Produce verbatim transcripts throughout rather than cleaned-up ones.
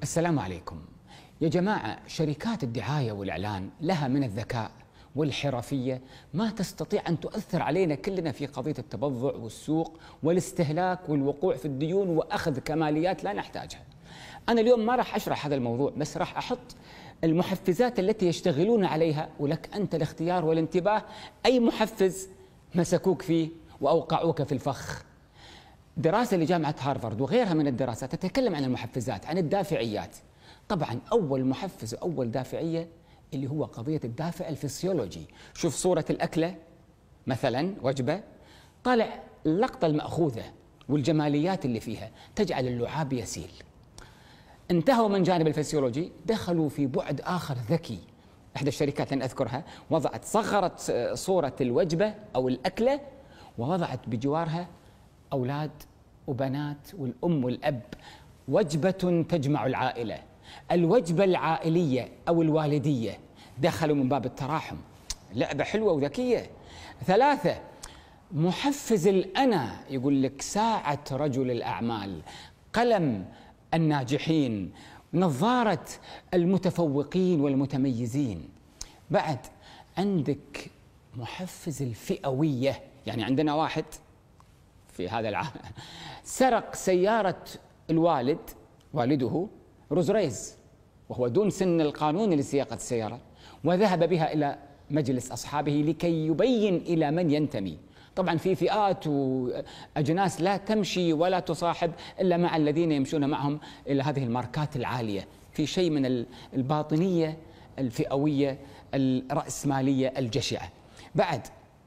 السلام عليكم. يا جماعة، شركات الدعاية والإعلان لها من الذكاء والحرفية ما تستطيع أن تؤثر علينا كلنا في قضية التبضع والسوق والاستهلاك والوقوع في الديون وأخذ كماليات لا نحتاجها. أنا اليوم ما راح أشرح هذا الموضوع، بس راح أحط المحفزات التي يشتغلون عليها، ولك أنت الاختيار والانتباه أي محفز مسكوك فيه وأوقعوك في الفخ. دراسة لجامعة هارفارد وغيرها من الدراسات تتكلم عن المحفزات، عن الدافعيات. طبعا أول محفز وأول دافعية اللي هو قضية الدافع الفسيولوجي. شوف صورة الأكلة مثلا، وجبة، طالع اللقطة المأخوذة والجماليات اللي فيها تجعل اللعاب يسيل. انتهوا من جانب الفسيولوجي، دخلوا في بعد آخر ذكي. إحدى الشركات لن أذكرها وضعت صغرت صورة الوجبة أو الأكلة ووضعت بجوارها أولاد وبنات والأم والأب، وجبة تجمع العائلة، الوجبة العائلية أو الوالدية. دخلوا من باب التراحم، لعبة حلوة وذكية. ثلاثة، محفز الأنا، يقول لك ساعة رجل الأعمال، قلم الناجحين، نظارة المتفوقين والمتميزين. بعد عندك محفز الفئوية، يعني عندنا واحد في هذا العالم سرق سيارة الوالد والده روز ريز وهو دون سن القانون لسياقة السيارة، وذهب بها إلى مجلس أصحابه لكي يبين إلى من ينتمي. طبعا في فئات وأجناس لا تمشي ولا تصاحب إلا مع الذين يمشون معهم إلى هذه الماركات العالية، في شيء من الباطنية الفئوية الرأسمالية الجشعة. بعد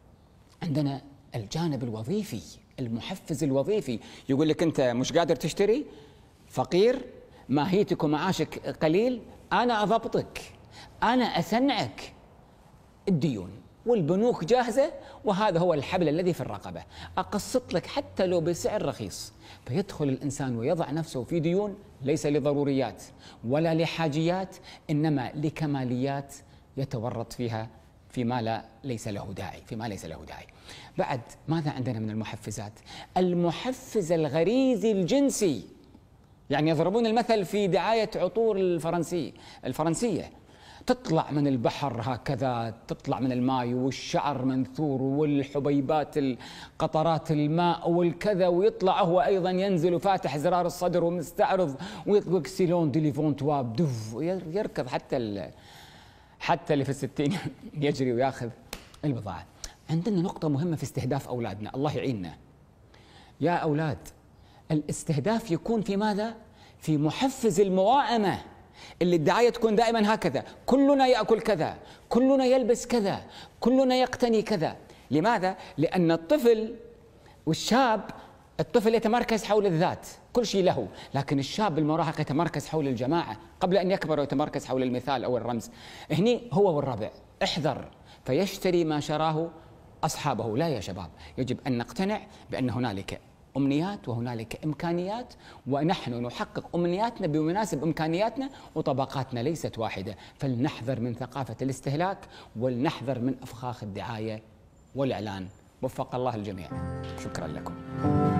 عندنا الجانب الوظيفي، المحفز الوظيفي، يقول لك أنت مش قادر تشتري، فقير، ماهيتك ومعاشك قليل، أنا أضبطك، أنا أسنعك. الديون والبنوك جاهزة، وهذا هو الحبل الذي في الرقبة، أقسط لك حتى لو بسعر رخيص. فيدخل الإنسان ويضع نفسه في ديون ليس لضروريات ولا لحاجيات، إنما لكماليات يتورط فيها فيما لا ليس له داعي فيما ليس له داعي. بعد ماذا عندنا من المحفزات؟ المحفز الغريزي الجنسي، يعني يضربون المثل في دعاية عطور الفرنسي الفرنسية، تطلع من البحر هكذا، تطلع من الماء والشعر منثور والحبيبات قطرات الماء والكذا، ويطلع هو أيضا ينزل فاتح زرار الصدر ومستعرض ويطلق سيلون دي ليفونتوا بدف، يركض حتى حتى اللي في الستين يجري وياخذ البضاعة. عندنا نقطة مهمة في استهداف أولادنا، الله يعيننا يا أولاد. الاستهداف يكون في ماذا؟ في محفز الموائمة، اللي الدعاية تكون دائما هكذا، كلنا يأكل كذا، كلنا يلبس كذا، كلنا يقتني كذا. لماذا؟ لأن الطفل والشاب، الطفل يتمركز حول الذات، كل شيء له، لكن الشاب المراهق يتمركز حول الجماعة قبل أن يكبر ويتمركز حول المثال أو الرمز. هني هو والربع، احذر فيشتري ما شراه أصحابه. لا يا شباب، يجب أن نقتنع بأن هنالك أمنيات وهنالك إمكانيات، ونحن نحقق أمنياتنا بمناسب إمكانياتنا، وطبقاتنا ليست واحدة. فلنحذر من ثقافة الاستهلاك ولنحذر من أفخاخ الدعاية والإعلان. وفق الله الجميع. شكرا لكم.